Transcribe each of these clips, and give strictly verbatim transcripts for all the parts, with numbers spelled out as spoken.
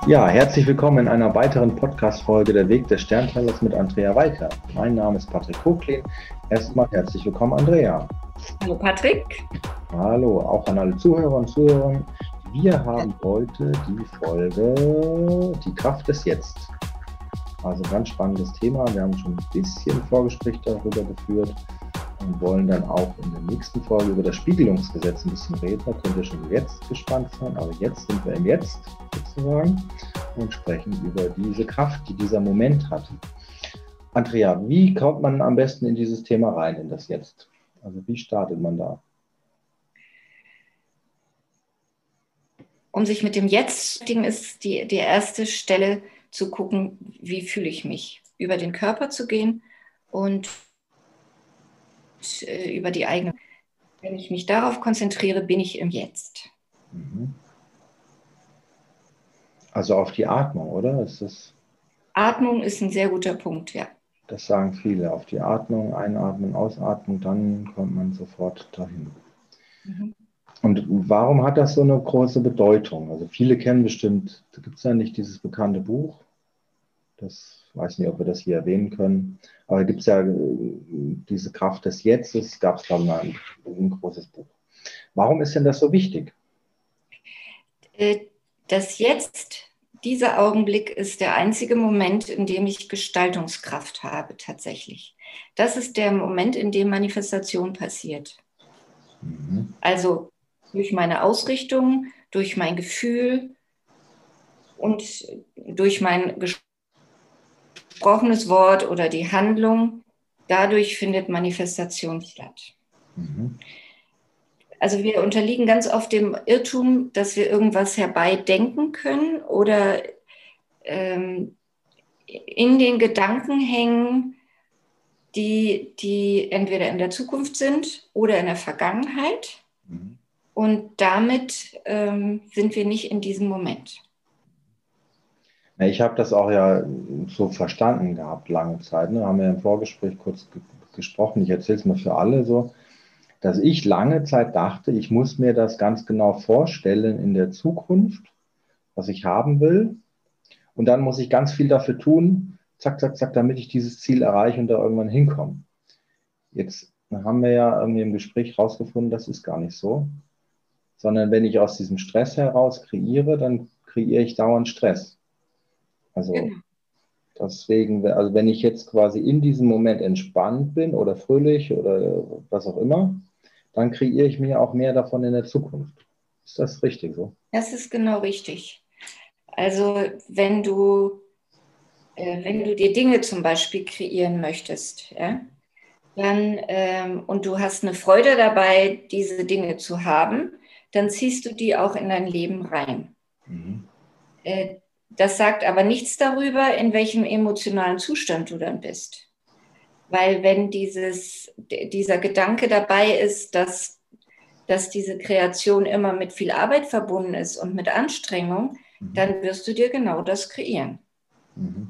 Ja, herzlich willkommen in einer weiteren Podcast-Folge Der Weg des Sterntellers mit Andrea Weicker. Mein Name ist Patrick Koklin. Erstmal herzlich willkommen, Andrea. Hallo Patrick. Hallo, auch an alle Zuhörer und Zuhörerinnen. Wir haben heute die Folge Die Kraft des Jetzt. Also ein ganz spannendes Thema. Wir haben schon ein bisschen Vorgespräch darüber geführt und wollen dann auch in der nächsten Folge über das Spiegelungsgesetz ein bisschen reden. Da könnt ihr schon jetzt gespannt sein. Aber jetzt sind wir im Jetzt sozusagen und sprechen über diese Kraft, die dieser Moment hat. Andrea, wie kommt man am besten in dieses Thema rein, in das Jetzt? Also wie startet man da? Um sich mit dem Jetzt zu beschäftigen, ist die, die erste Stelle zu gucken, wie fühle ich mich. Über den Körper zu gehen und äh, über die eigene. Wenn ich mich darauf konzentriere, bin ich im Jetzt. Mhm. Also auf die Atmung, oder? Ist das, Atmung ist ein sehr guter Punkt, ja. das sagen viele. Auf die Atmung, einatmen, ausatmen, dann kommt man sofort dahin. Mhm. Und warum hat das so eine große Bedeutung? Also viele kennen bestimmt, da gibt es ja nicht dieses bekannte Buch, das weiß nicht, ob wir das hier erwähnen können, aber gibt es ja diese Kraft des Jetztes, gab es glaube ich mal ein, ein großes Buch. Warum ist denn das so wichtig? Das Jetzt, dieser Augenblick ist der einzige Moment, in dem ich Gestaltungskraft habe tatsächlich. Das ist der Moment, in dem Manifestation passiert. Mhm. Also durch meine Ausrichtung, durch mein Gefühl und durch mein gesprochenes Wort oder die Handlung, dadurch findet Manifestation statt. Mhm. Also wir unterliegen ganz oft dem Irrtum, dass wir irgendwas herbeidenken können oder ähm, in den Gedanken hängen, die, die entweder in der Zukunft sind oder in der Vergangenheit. Mhm. Und damit ähm, sind wir nicht in diesem Moment. Ich habe das auch ja so verstanden gehabt, lange Zeit. Ne? Haben wir im Vorgespräch kurz ge- gesprochen. Ich erzähle es mal für alle so, dass ich lange Zeit dachte, ich muss mir das ganz genau vorstellen in der Zukunft, was ich haben will. Und dann muss ich ganz viel dafür tun, zack, zack, zack, damit ich dieses Ziel erreiche und da irgendwann hinkomme. Jetzt haben wir ja irgendwie im Gespräch rausgefunden, das ist gar nicht so. Sondern wenn ich aus diesem Stress heraus kreiere, dann kreiere ich dauernd Stress. Also genau. Deswegen, also wenn ich jetzt quasi in diesem Moment entspannt bin oder fröhlich oder was auch immer, dann kreiere ich mir auch mehr davon in der Zukunft. Ist das richtig so? Das ist genau richtig. Also wenn du, äh, wenn du dir Dinge zum Beispiel kreieren möchtest, ja, dann, ähm, und du hast eine Freude dabei, diese Dinge zu haben, dann ziehst du die auch in dein Leben rein. Mhm. Äh, das sagt aber nichts darüber, in welchem emotionalen Zustand du dann bist. Weil wenn dieses, dieser Gedanke dabei ist, dass, dass diese Kreation immer mit viel Arbeit verbunden ist und mit Anstrengung, mhm. dann wirst du dir genau das kreieren. Mhm.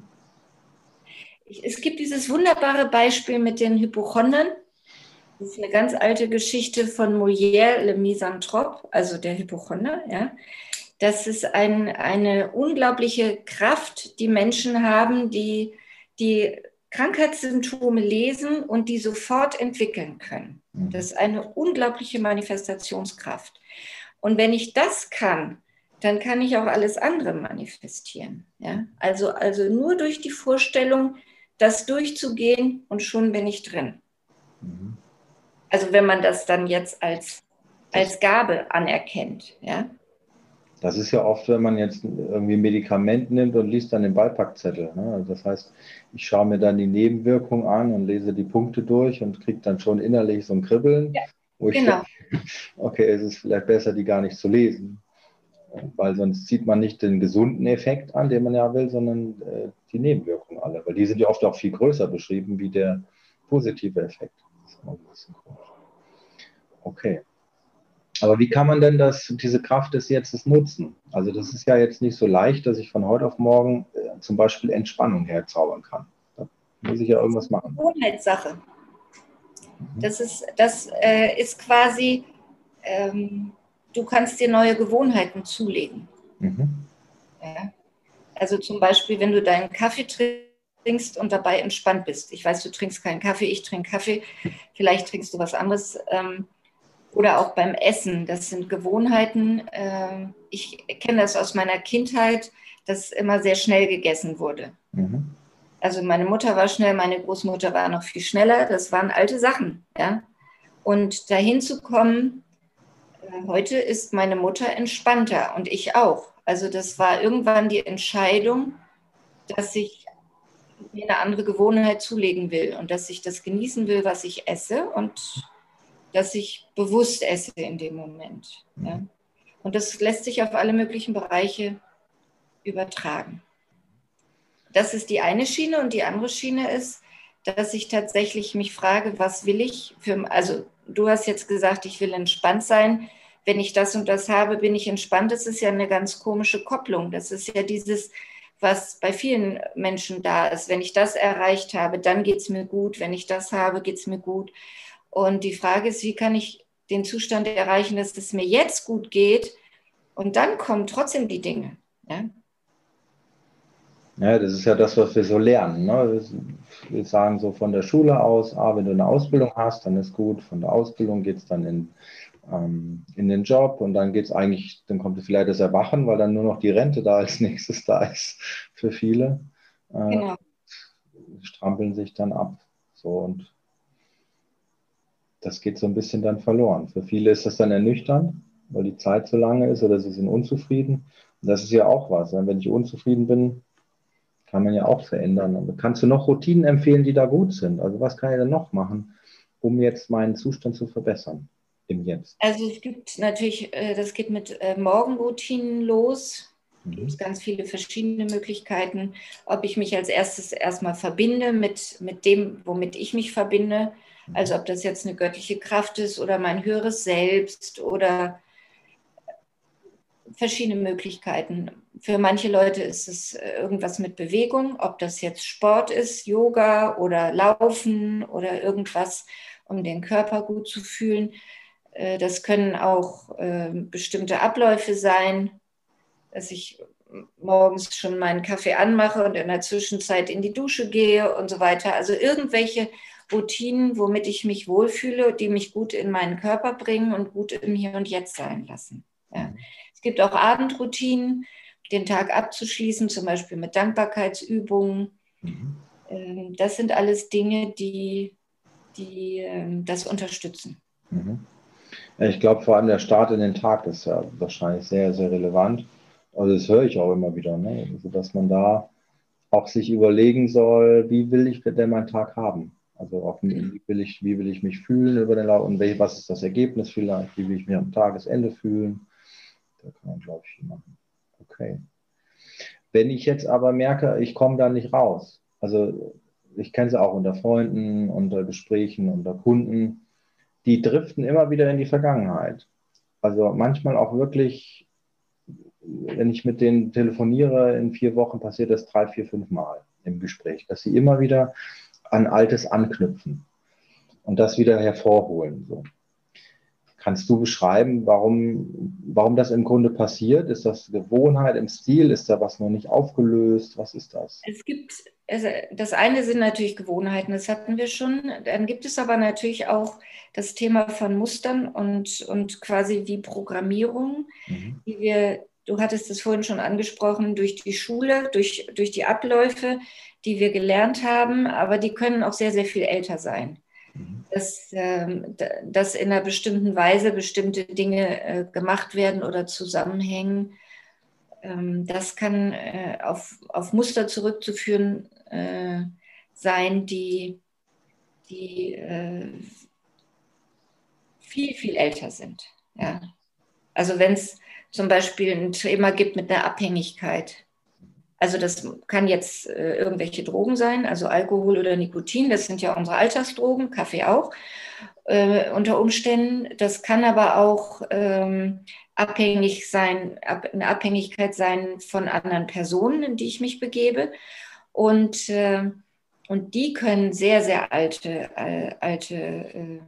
Es gibt dieses wunderbare Beispiel mit den Hypochondern. Das ist eine ganz alte Geschichte von Molière, Le Misanthrope, also der Hypochonder. Ja. Das ist ein, eine unglaubliche Kraft, die Menschen haben, die die Krankheitssymptome lesen und die sofort entwickeln können. Das ist eine unglaubliche Manifestationskraft. Und wenn ich das kann, dann kann ich auch alles andere manifestieren. Ja. Also, also nur durch die Vorstellung, das durchzugehen und schon bin ich drin. Mhm. Also wenn man das dann jetzt als, als Gabe anerkennt, ja. Das ist ja oft, wenn man jetzt irgendwie ein Medikament nimmt und liest dann den Beipackzettel. Ne? Also das heißt, ich schaue mir dann die Nebenwirkungen an und lese die Punkte durch und kriege dann schon innerlich so ein Kribbeln, ja, wo ich genau. denke, okay, es ist vielleicht besser, die gar nicht zu lesen. Weil sonst zieht man nicht den gesunden Effekt an, den man ja will, sondern äh, die Nebenwirkungen alle. Weil die sind ja oft auch viel größer beschrieben wie der positive Effekt. Das ist immer ein bisschen komisch. Okay. Aber wie kann man denn das, diese Kraft des Jetztes nutzen? Also das ist ja jetzt nicht so leicht, dass ich von heute auf morgen äh, zum Beispiel Entspannung herzaubern kann. Da muss ich ja irgendwas machen. Gewohnheitssache. Mhm. Das ist, das äh, ist quasi, ähm, du kannst dir neue Gewohnheiten zulegen. Mhm. Ja. Also zum Beispiel, wenn du deinen Kaffee trinkst und dabei entspannt bist. Ich weiß, du trinkst keinen Kaffee, ich trinke Kaffee. Vielleicht trinkst du was anderes. Ähm, oder auch beim Essen. Das sind Gewohnheiten. Ähm, ich kenne das aus meiner Kindheit, dass immer sehr schnell gegessen wurde. Mhm. Also meine Mutter war schnell, meine Großmutter war noch viel schneller. Das waren alte Sachen. Ja? Und dahin zu kommen, äh, heute ist meine Mutter entspannter und ich auch. Also das war irgendwann die Entscheidung, dass ich mir eine andere Gewohnheit zulegen will und dass ich das genießen will, was ich esse und dass ich bewusst esse in dem Moment. Ja? Und das lässt sich auf alle möglichen Bereiche übertragen. Das ist die eine Schiene und die andere Schiene ist, dass ich tatsächlich mich frage, was will ich für, also du hast jetzt gesagt, ich will entspannt sein. Wenn ich das und das habe, bin ich entspannt. Das ist ja eine ganz komische Kopplung. Das ist ja dieses, was bei vielen Menschen da ist. Wenn ich das erreicht habe, dann geht es mir gut. Wenn ich das habe, geht es mir gut. Und die Frage ist, wie kann ich den Zustand erreichen, dass es mir jetzt gut geht und dann kommen trotzdem die Dinge. Ja? Ja, das ist ja das, was wir so lernen. Ne? Wir sagen so von der Schule aus, ah, wenn du eine Ausbildung hast, dann ist gut. Von der Ausbildung geht es dann in, ähm, in den Job und dann geht es eigentlich, dann kommt vielleicht das Erwachen, weil dann nur noch die Rente da als nächstes da ist für viele. Äh, Genau. strampeln sich dann ab. So, und das geht so ein bisschen dann verloren. Für viele ist das dann ernüchternd, weil die Zeit so lange ist oder sie sind unzufrieden. Und das ist ja auch was. Wenn ich unzufrieden bin, kann man ja auch verändern. Aber kannst du noch Routinen empfehlen, die da gut sind? Also was kann ich denn noch machen, um jetzt meinen Zustand zu verbessern im Jetzt? Also es gibt natürlich, äh, das geht mit äh, Morgenroutinen los. Da gibt es Mhm. ganz viele verschiedene Möglichkeiten. Ob ich mich als erstes erstmal verbinde mit, mit dem, womit ich mich verbinde. Also ob das jetzt eine göttliche Kraft ist oder mein höheres Selbst oder verschiedene Möglichkeiten. Für manche Leute ist es äh, irgendwas mit Bewegung, ob das jetzt Sport ist, Yoga oder Laufen oder irgendwas, um den Körper gut zu fühlen. Äh, Das können auch äh, bestimmte Abläufe sein, dass ich morgens schon meinen Kaffee anmache und in der Zwischenzeit in die Dusche gehe und so weiter. Also irgendwelche Routinen, womit ich mich wohlfühle, die mich gut in meinen Körper bringen und gut im Hier und Jetzt sein lassen. Ja. Es gibt auch Abendroutinen, den Tag abzuschließen, zum Beispiel mit Dankbarkeitsübungen. Mhm. Das sind alles Dinge, die, die das unterstützen. Mhm. Ja, ich glaube, vor allem der Start in den Tag ist ja wahrscheinlich sehr, sehr relevant. Also das höre ich auch immer wieder, ne? Also, dass man da auch sich überlegen soll, wie will ich denn meinen Tag haben? Also auch, wie will ich, wie will ich mich fühlen über den Lauf und was ist das Ergebnis vielleicht? Wie will ich mich am Tagesende fühlen? Da kann man, glaube ich, viel machen. Okay. Wenn ich jetzt aber merke, ich komme da nicht raus, also ich kenne es auch unter Freunden, unter Gesprächen, unter Kunden, die driften immer wieder in die Vergangenheit. Also manchmal auch wirklich, wenn ich mit denen telefoniere, in vier Wochen passiert das drei, vier, fünf Mal im Gespräch, dass sie immer wieder an Altes anknüpfen und das wieder hervorholen. So. Kannst du beschreiben, warum, warum das im Grunde passiert? Ist das Gewohnheit im Stil? Ist da was noch nicht aufgelöst? Was ist das? Es gibt, also das eine sind natürlich Gewohnheiten, das hatten wir schon. Dann gibt es aber natürlich auch das Thema von Mustern und, und quasi wie Programmierung, Mhm. die wir, du hattest es vorhin schon angesprochen, durch die Schule, durch, durch die Abläufe, die wir gelernt haben, aber die können auch sehr, sehr viel älter sein. Mhm. Dass, ähm, dass in einer bestimmten Weise bestimmte Dinge äh, gemacht werden oder zusammenhängen. Das kann äh, auf, auf Muster zurückzuführen äh, sein, die, die äh, viel, viel älter sind. Ja. Also wenn es zum Beispiel ein Thema gibt mit einer Abhängigkeit. Also das kann jetzt äh, irgendwelche Drogen sein, also Alkohol oder Nikotin, das sind ja unsere Alltagsdrogen, Kaffee auch äh, unter Umständen. Das kann aber auch ähm, abhängig sein, ab, eine Abhängigkeit sein von anderen Personen, in die ich mich begebe. Und, äh, und die können sehr, sehr alte, äh, alte äh,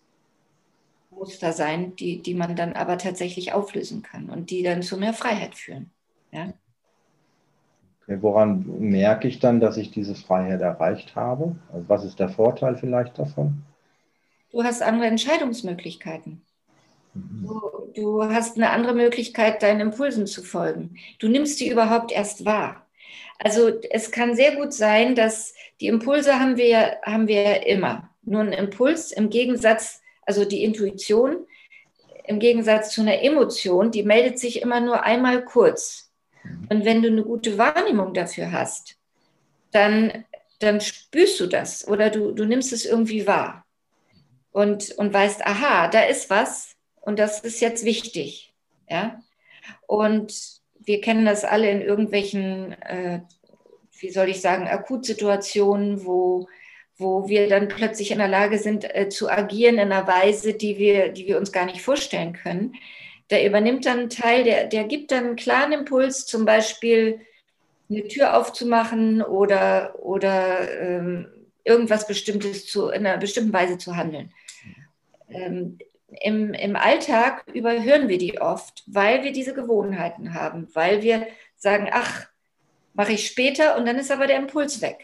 Muster sein, die, die man dann aber tatsächlich auflösen kann und die dann zu mehr Freiheit führen. Ja? Woran merke ich dann, dass ich diese Freiheit erreicht habe? Also was ist der Vorteil vielleicht davon? Du hast andere Entscheidungsmöglichkeiten. Mhm. Du, du hast eine andere Möglichkeit, deinen Impulsen zu folgen. Du nimmst die überhaupt erst wahr. Also es kann sehr gut sein, dass die Impulse haben wir, haben wir immer. Nur ein Impuls im Gegensatz, also die Intuition, im Gegensatz zu einer Emotion, die meldet sich immer nur einmal kurz. Und wenn du eine gute Wahrnehmung dafür hast, dann, dann spürst du das oder du, du nimmst es irgendwie wahr und, und weißt, aha, da ist was und das ist jetzt wichtig. Ja? Und wir kennen das alle in irgendwelchen, äh, wie soll ich sagen, Akutsituationen, wo, wo wir dann plötzlich in der Lage sind, äh, zu agieren in einer Weise, die wir, die wir uns gar nicht vorstellen können. Der übernimmt dann einen Teil, der, der gibt dann einen klaren Impuls, zum Beispiel eine Tür aufzumachen oder, oder ähm, irgendwas Bestimmtes zu, in einer bestimmten Weise zu handeln. Ähm, im, Im Alltag überhören wir die oft, weil wir diese Gewohnheiten haben, weil wir sagen, ach, mache ich später und dann ist aber der Impuls weg.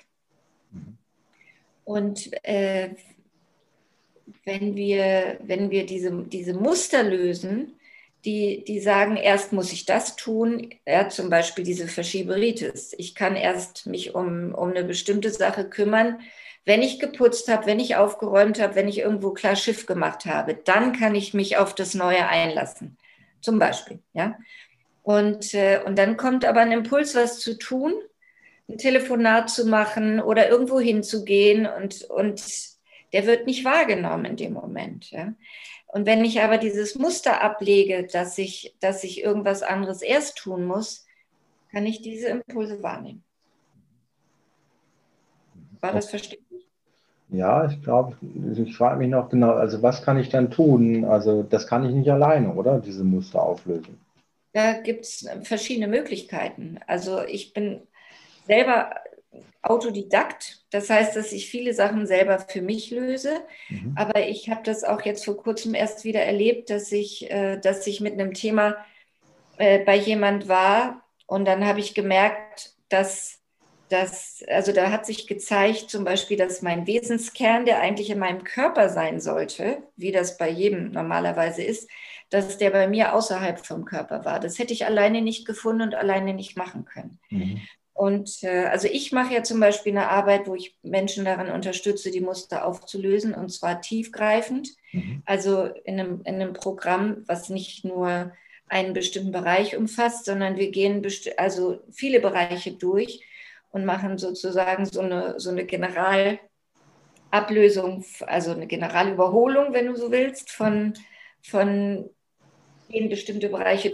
Und äh, wenn wir, wenn wir diese, diese Muster lösen, die, die sagen, erst muss ich das tun, ja, zum Beispiel diese Verschieberitis. Ich kann erst mich um, um eine bestimmte Sache kümmern, wenn ich geputzt habe, wenn ich aufgeräumt habe, wenn ich irgendwo klar Schiff gemacht habe, dann kann ich mich auf das Neue einlassen, zum Beispiel. Ja? Und, äh, und dann kommt aber ein Impuls, was zu tun, ein Telefonat zu machen oder irgendwo hinzugehen und, und der wird nicht wahrgenommen in dem Moment. Ja? Und wenn ich aber dieses Muster ablege, dass ich, dass ich irgendwas anderes erst tun muss, kann ich diese Impulse wahrnehmen. War das verständlich? Ja, ich glaube, ich frage mich noch genau, also was kann ich dann tun? Also das kann ich nicht alleine, oder? Diese Muster auflösen. Da gibt es verschiedene Möglichkeiten. Also ich bin selber Autodidakt. Das heißt, dass ich viele Sachen selber für mich löse. Mhm. Aber ich habe das auch jetzt vor kurzem erst wieder erlebt, dass ich, äh, dass ich mit einem Thema äh, bei jemand war und dann habe ich gemerkt, dass das, also da hat sich gezeigt zum Beispiel, dass mein Wesenskern, der eigentlich in meinem Körper sein sollte, wie das bei jedem normalerweise ist, dass der bei mir außerhalb vom Körper war. Das hätte ich alleine nicht gefunden und alleine nicht machen können. Mhm. Und äh, also ich mache ja zum Beispiel eine Arbeit, wo ich Menschen daran unterstütze, die Muster aufzulösen und zwar tiefgreifend. Mhm. Also in einem, in einem Programm, was nicht nur einen bestimmten Bereich umfasst, sondern wir gehen besti- also viele Bereiche durch und machen sozusagen so eine, so eine Generalablösung, also eine Generalüberholung, wenn du so willst, von, von gehen bestimmte Bereiche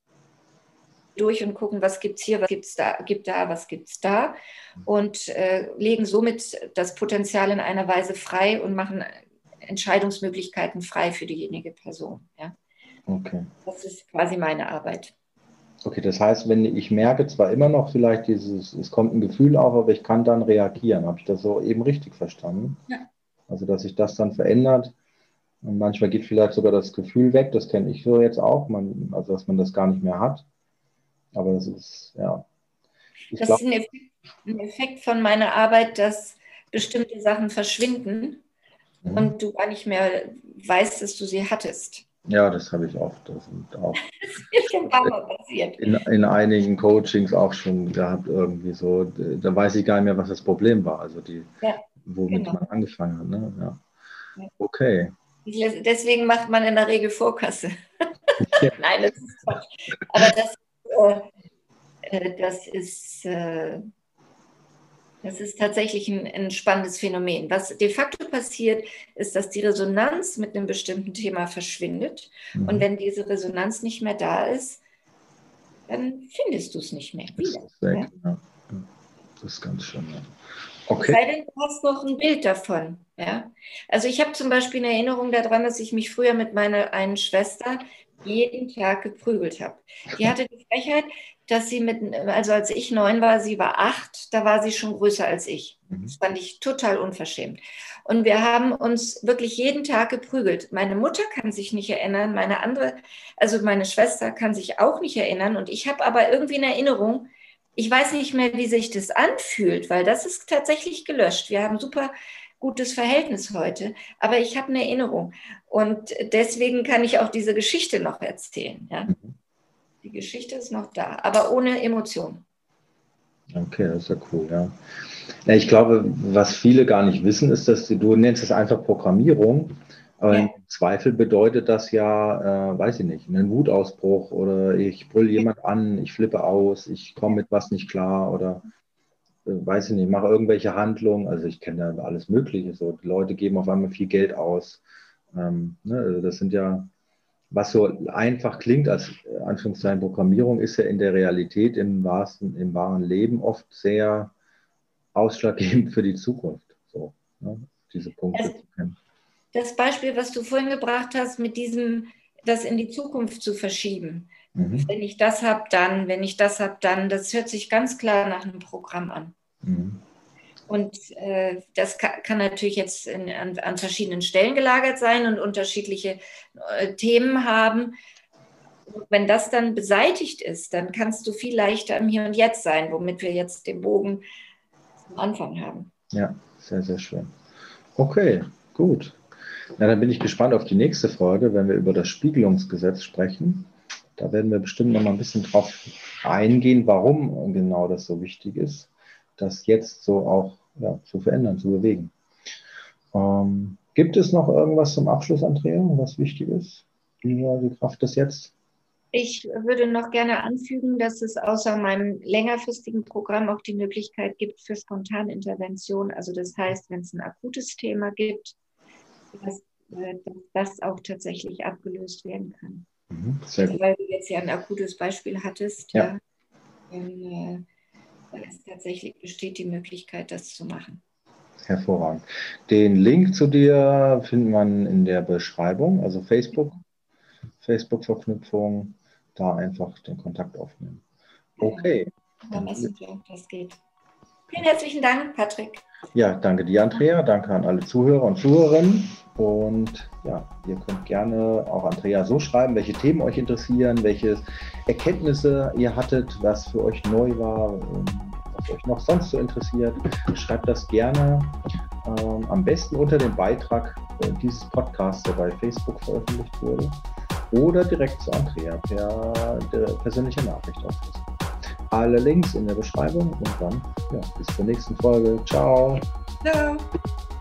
durch und gucken, was gibt es hier, was gibt es da, gibt da, was gibt es da und äh, legen somit das Potenzial in einer Weise frei und machen Entscheidungsmöglichkeiten frei für diejenige Person. Ja? Okay. Das ist quasi meine Arbeit. Okay, das heißt, wenn ich merke zwar immer noch vielleicht dieses, es kommt ein Gefühl auf, aber ich kann dann reagieren. Habe ich das so eben richtig verstanden? Ja. Also, dass sich das dann verändert. Und manchmal geht vielleicht sogar das Gefühl weg, das kenne ich so jetzt auch, man, also dass man das gar nicht mehr hat. Aber das ist, ja, ich Das ist glaube, ein Effekt, ein Effekt von meiner Arbeit, dass bestimmte Sachen verschwinden und du gar nicht mehr weißt, dass du sie hattest. ja, das habe ich oft. Das sind auch Das ist schon ein paar Mal passiert. in, in einigen Coachings auch schon gehabt, irgendwie so. Da weiß ich gar nicht mehr, was das Problem war, also die, Ja, womit genau. man angefangen hat. Ne? Ja. Ja. Okay. Deswegen macht man in der Regel Vorkasse. Ja. Nein, das ist Quatsch. Aber das, äh, das, ist, äh, das ist tatsächlich ein, ein spannendes Phänomen. Was de facto passiert, ist, dass die Resonanz mit einem bestimmten Thema verschwindet. Und Mhm. wenn diese Resonanz nicht mehr da ist, dann findest du es nicht mehr Das wieder. ist weg. Ja? Ja. Das ist ganz schön. Ja. Es Okay. sei denn, du hast noch ein Bild davon. Ja? Also ich habe zum Beispiel eine Erinnerung daran, dass ich mich früher mit meiner einen Schwester jeden Tag geprügelt habe. Die hatte die Frechheit, dass sie mit, also als ich neun war, sie war acht, da war sie schon größer als ich. Mhm. Das fand ich total unverschämt. Und wir haben uns wirklich jeden Tag geprügelt. Meine Mutter kann sich nicht erinnern, meine andere, also meine Schwester kann sich auch nicht erinnern. Und ich habe aber irgendwie eine Erinnerung, Ich weiß nicht mehr, wie sich das anfühlt, weil das ist tatsächlich gelöscht. Wir haben super gutes Verhältnis heute, aber ich habe eine Erinnerung und deswegen kann ich auch diese Geschichte noch erzählen. Ja? Mhm. Die Geschichte ist noch da, aber ohne Emotionen. Okay, das ist ja cool, ja. Ja, ich glaube, was viele gar nicht wissen, ist, dass du, du nennst es einfach Programmierung, aber Ja. im Zweifel bedeutet das ja, äh, weiß ich nicht, einen Wutausbruch oder ich brülle jemand an, ich flippe aus, ich komme mit was nicht klar oder äh, weiß ich nicht, mache irgendwelche Handlungen. Also ich kenne da alles Mögliche. So, die Leute geben auf einmal viel Geld aus. Ähm, ne, also das sind ja, was so einfach klingt als äh, Anführungszeichen Programmierung, ist ja in der Realität im wahrsten, im wahren Leben oft sehr ausschlaggebend für die Zukunft, so, ne, diese Punkte Also zu kennen. das Beispiel, was du vorhin gebracht hast, mit diesem, das in die Zukunft zu verschieben. Mhm. Wenn ich das habe, dann, wenn ich das habe, dann, das hört sich ganz klar nach einem Programm an. Mhm. Und äh, das kann, kann natürlich jetzt in, an, an verschiedenen Stellen gelagert sein und unterschiedliche äh, Themen haben. Und wenn das dann beseitigt ist, dann kannst du viel leichter im Hier und Jetzt sein, womit wir jetzt den Bogen zum Anfang haben. Ja, sehr, sehr schön. Okay, gut. Na, dann bin ich gespannt auf die nächste Folge, wenn wir über das Spiegelungsgesetz sprechen. Da werden wir bestimmt noch mal ein bisschen drauf eingehen, warum genau das so wichtig ist, das jetzt so auch ja, zu verändern, zu bewegen. Ähm, gibt es noch irgendwas zum Abschluss, Andrea, was wichtig ist? Die, die Kraft des Jetzt? Ich würde noch gerne anfügen, dass es außer meinem längerfristigen Programm auch die Möglichkeit gibt für Spontanintervention. Also das heißt, wenn es ein akutes Thema gibt, dass, äh, dass das auch tatsächlich abgelöst werden kann. Mhm, sehr Also gut. weil du jetzt ja ein akutes Beispiel hattest, Ja. ja, dann, äh, dann ist tatsächlich besteht die Möglichkeit, das zu machen. Hervorragend. Den Link zu dir findet man in der Beschreibung, also Facebook, Facebook-Verknüpfung, da einfach den Kontakt aufnehmen. Okay. Ja, Dann, Messenger, das geht. Vielen herzlichen Dank, Patrick. ja, danke dir, Andrea. Danke an alle Zuhörer und Zuhörerinnen. Und ja, ihr könnt gerne auch Andrea so schreiben, welche Themen euch interessieren, welche Erkenntnisse ihr hattet, was für euch neu war, was euch noch sonst so interessiert. Schreibt das gerne ähm, am besten unter dem Beitrag äh, dieses Podcasts, der bei Facebook veröffentlicht wurde, oder direkt zu Andrea per persönlicher Nachricht auf Facebook. Alle Links in der Beschreibung und dann ja, bis zur nächsten Folge. Ciao. Ciao.